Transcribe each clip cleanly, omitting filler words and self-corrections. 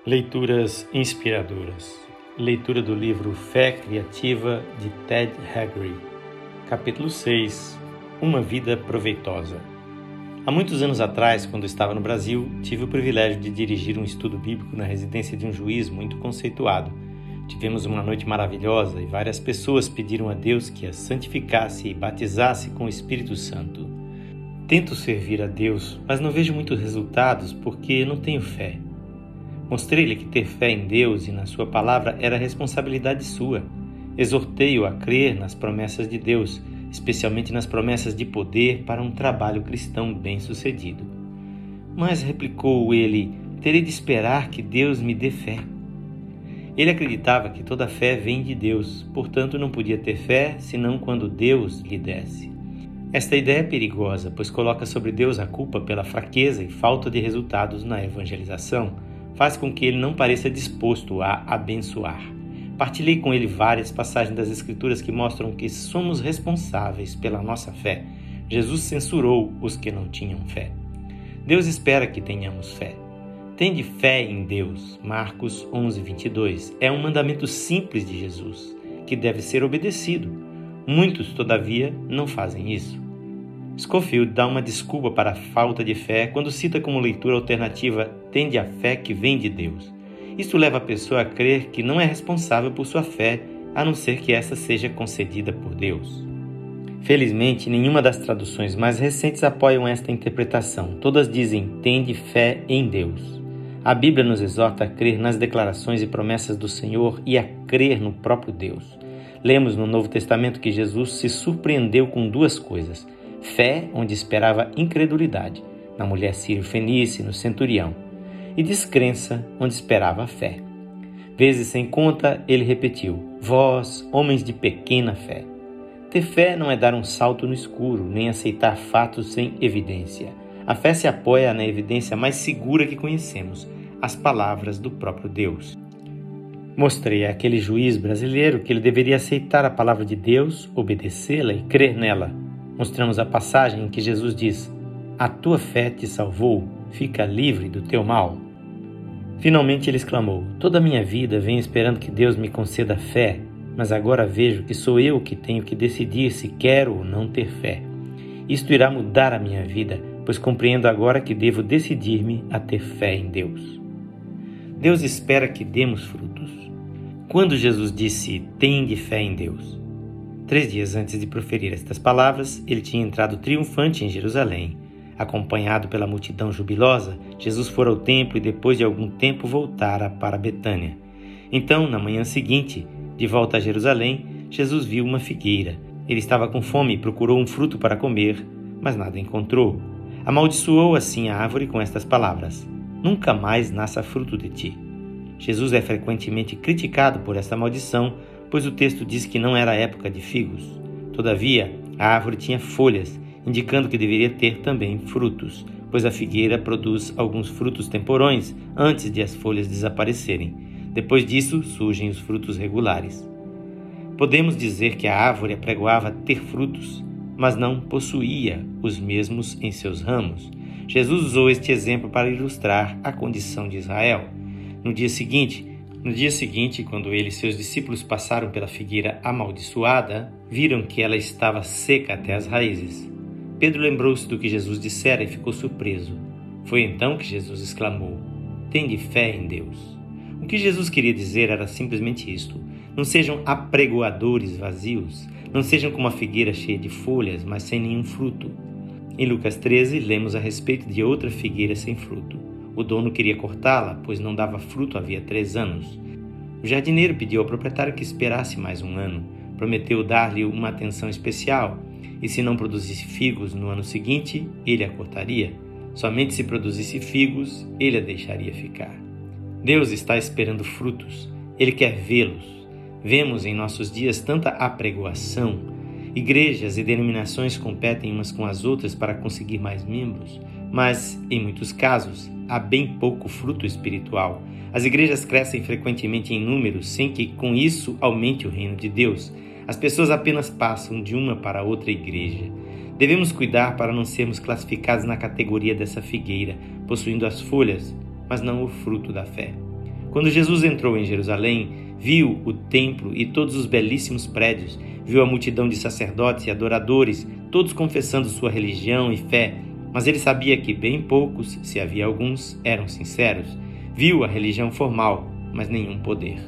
Leituras inspiradoras. Leitura do livro Fé Criativa, de Ted Haggard. Capítulo 6. Uma vida proveitosa. Há muitos anos atrás, quando estava no Brasil, tive o privilégio de dirigir um estudo bíblico na residência de um juiz muito conceituado. Tivemos uma noite maravilhosa e várias pessoas pediram a Deus que as santificasse e batizasse com o Espírito Santo. Tento servir a Deus, mas não vejo muitos resultados porque não tenho fé. Mostrei-lhe que ter fé em Deus e na sua palavra era responsabilidade sua. Exortei-o a crer nas promessas de Deus, especialmente nas promessas de poder para um trabalho cristão bem-sucedido. Mas, replicou ele, terei de esperar que Deus me dê fé. Ele acreditava que toda fé vem de Deus, portanto não podia ter fé senão quando Deus lhe desse. Esta ideia é perigosa, pois coloca sobre Deus a culpa pela fraqueza e falta de resultados na evangelização. Faz com que ele não pareça disposto a abençoar. Partilhei com ele várias passagens das Escrituras que mostram que somos responsáveis pela nossa fé. Jesus censurou os que não tinham fé. Deus espera que tenhamos fé. Tende fé em Deus. Marcos 11:22. É um mandamento simples de Jesus, que deve ser obedecido. Muitos, todavia, não fazem isso. Scofield dá uma desculpa para a falta de fé quando cita como leitura alternativa tende a fé que vem de Deus. Isto leva a pessoa a crer que não é responsável por sua fé, a não ser que essa seja concedida por Deus. Felizmente, nenhuma das traduções mais recentes apoiam esta interpretação. Todas dizem tende fé em Deus. A Bíblia nos exorta a crer nas declarações e promessas do Senhor e a crer no próprio Deus. Lemos no Novo Testamento que Jesus se surpreendeu com duas coisas: fé, onde esperava incredulidade, na mulher sírio-fenícia e no centurião, e descrença, onde esperava a fé. Vezes sem conta, ele repetiu: vós, homens de pequena fé. Ter fé não é dar um salto no escuro, nem aceitar fatos sem evidência. A fé se apoia na evidência mais segura que conhecemos, as palavras do próprio Deus. Mostrei àquele juiz brasileiro que ele deveria aceitar a palavra de Deus, obedecê-la e crer nela. Mostramos a passagem em que Jesus diz: a tua fé te salvou, fica livre do teu mal. Finalmente ele exclamou: toda a minha vida venho esperando que Deus me conceda fé, mas agora vejo que sou eu que tenho que decidir se quero ou não ter fé. Isto irá mudar a minha vida, pois compreendo agora que devo decidir-me a ter fé em Deus. Deus espera que demos frutos. Quando Jesus disse: tende fé em Deus, 3 dias antes de proferir estas palavras, ele tinha entrado triunfante em Jerusalém. Acompanhado pela multidão jubilosa, Jesus fora ao templo e depois de algum tempo voltara para Betânia. Então, na manhã seguinte, de volta a Jerusalém, Jesus viu uma figueira. Ele estava com fome e procurou um fruto para comer, mas nada encontrou. Amaldiçoou assim a árvore com estas palavras: nunca mais nasça fruto de ti. Jesus é frequentemente criticado por esta maldição, pois o texto diz que não era época de figos. Todavia, a árvore tinha folhas, indicando que deveria ter também frutos, pois a figueira produz alguns frutos temporões antes de as folhas desaparecerem. Depois disso, surgem os frutos regulares. Podemos dizer que a árvore apregoava ter frutos, mas não possuía os mesmos em seus ramos. Jesus usou este exemplo para ilustrar a condição de Israel. No dia seguinte, quando ele e seus discípulos passaram pela figueira amaldiçoada, viram que ela estava seca até as raízes. Pedro lembrou-se do que Jesus dissera e ficou surpreso. Foi então que Jesus exclamou: tende fé em Deus. O que Jesus queria dizer era simplesmente isto: não sejam apregoadores vazios, não sejam como a figueira cheia de folhas, mas sem nenhum fruto. Em Lucas 13, lemos a respeito de outra figueira sem fruto. O dono queria cortá-la, pois não dava fruto havia 3 anos. O jardineiro pediu ao proprietário que esperasse mais 1 ano. Prometeu dar-lhe uma atenção especial, e se não produzisse figos no ano seguinte, ele a cortaria. Somente se produzisse figos, ele a deixaria ficar. Deus está esperando frutos. Ele quer vê-los. Vemos em nossos dias tanta apregoação. Igrejas e denominações competem umas com as outras para conseguir mais membros, mas, em muitos casos, há bem pouco fruto espiritual. As igrejas crescem frequentemente em número sem que, com isso, aumente o reino de Deus. As pessoas apenas passam de uma para outra igreja. Devemos cuidar para não sermos classificados na categoria dessa figueira, possuindo as folhas, mas não o fruto da fé. Quando Jesus entrou em Jerusalém, viu o templo e todos os belíssimos prédios, viu a multidão de sacerdotes e adoradores, todos confessando sua religião e fé, mas ele sabia que bem poucos, se havia alguns, eram sinceros. Viu a religião formal, mas nenhum poder.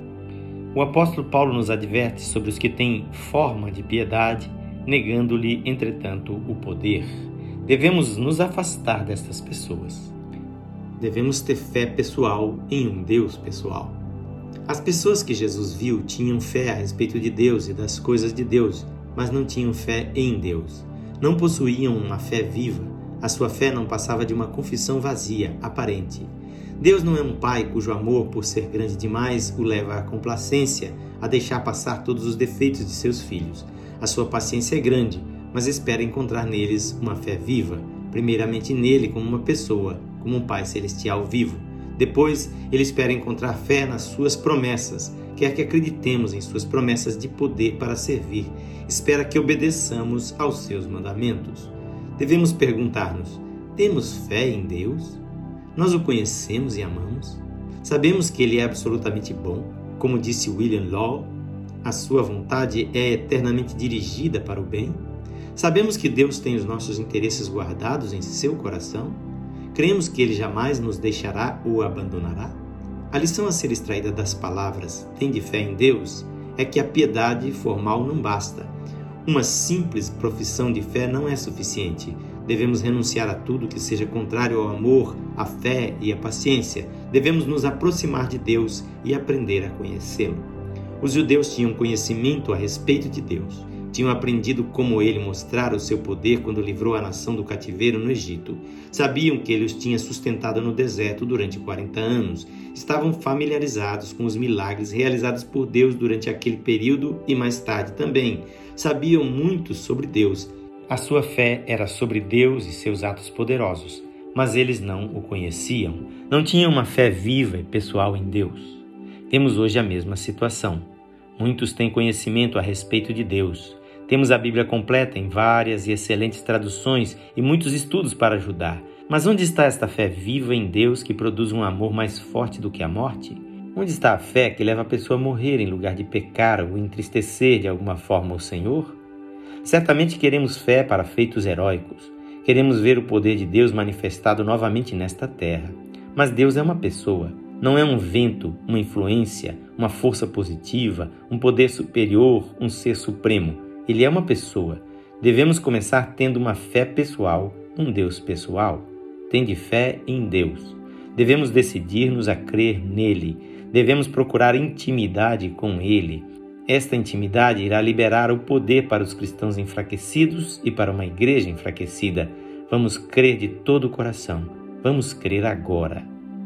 O apóstolo Paulo nos adverte sobre os que têm forma de piedade, negando-lhe, entretanto, o poder. Devemos nos afastar destas pessoas. Devemos ter fé pessoal em um Deus pessoal. As pessoas que Jesus viu tinham fé a respeito de Deus e das coisas de Deus, mas não tinham fé em Deus. Não possuíam uma fé viva. A sua fé não passava de uma confissão vazia, aparente. Deus não é um pai cujo amor, por ser grande demais, o leva à complacência, a deixar passar todos os defeitos de seus filhos. A sua paciência é grande, mas espera encontrar neles uma fé viva, primeiramente nele como uma pessoa, como um Pai Celestial vivo. Depois, ele espera encontrar fé nas suas promessas, quer que acreditemos em suas promessas de poder para servir. Espera que obedeçamos aos seus mandamentos. Devemos perguntar-nos: temos fé em Deus? Nós o conhecemos e amamos? Sabemos que ele é absolutamente bom? Como disse William Law, a sua vontade é eternamente dirigida para o bem? Sabemos que Deus tem os nossos interesses guardados em seu coração? Cremos que ele jamais nos deixará ou abandonará? A lição a ser extraída das palavras "tende fé em Deus" é que a piedade formal não basta. Uma simples profissão de fé não é suficiente. Devemos renunciar a tudo que seja contrário ao amor, à fé e à paciência. Devemos nos aproximar de Deus e aprender a conhecê-lo. Os judeus tinham conhecimento a respeito de Deus. Tinham aprendido como ele mostrara o seu poder quando livrou a nação do cativeiro no Egito. Sabiam que ele os tinha sustentado no deserto durante 40 anos. Estavam familiarizados com os milagres realizados por Deus durante aquele período e mais tarde também. Sabiam muito sobre Deus. A sua fé era sobre Deus e seus atos poderosos, mas eles não o conheciam. Não tinham uma fé viva e pessoal em Deus. Temos hoje a mesma situação. Muitos têm conhecimento a respeito de Deus. Temos a Bíblia completa em várias e excelentes traduções e muitos estudos para ajudar. Mas onde está esta fé viva em Deus que produz um amor mais forte do que a morte? Onde está a fé que leva a pessoa a morrer em lugar de pecar ou entristecer de alguma forma o Senhor? Certamente queremos fé para feitos heróicos. Queremos ver o poder de Deus manifestado novamente nesta terra. Mas Deus é uma pessoa. Não é um vento, uma influência, uma força positiva, um poder superior, um ser supremo. Ele é uma pessoa. Devemos começar tendo uma fé pessoal, um Deus pessoal. Tende fé em Deus. Devemos decidir-nos a crer nele. Devemos procurar intimidade com ele. Esta intimidade irá liberar o poder para os cristãos enfraquecidos e para uma igreja enfraquecida. Vamos crer de todo o coração. Vamos crer agora.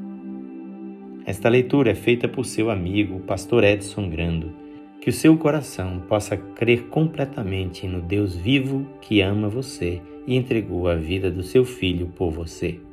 Esta leitura é feita por seu amigo, o pastor Edson Grando. Que o seu coração possa crer completamente no Deus vivo que ama você e entregou a vida do seu Filho por você.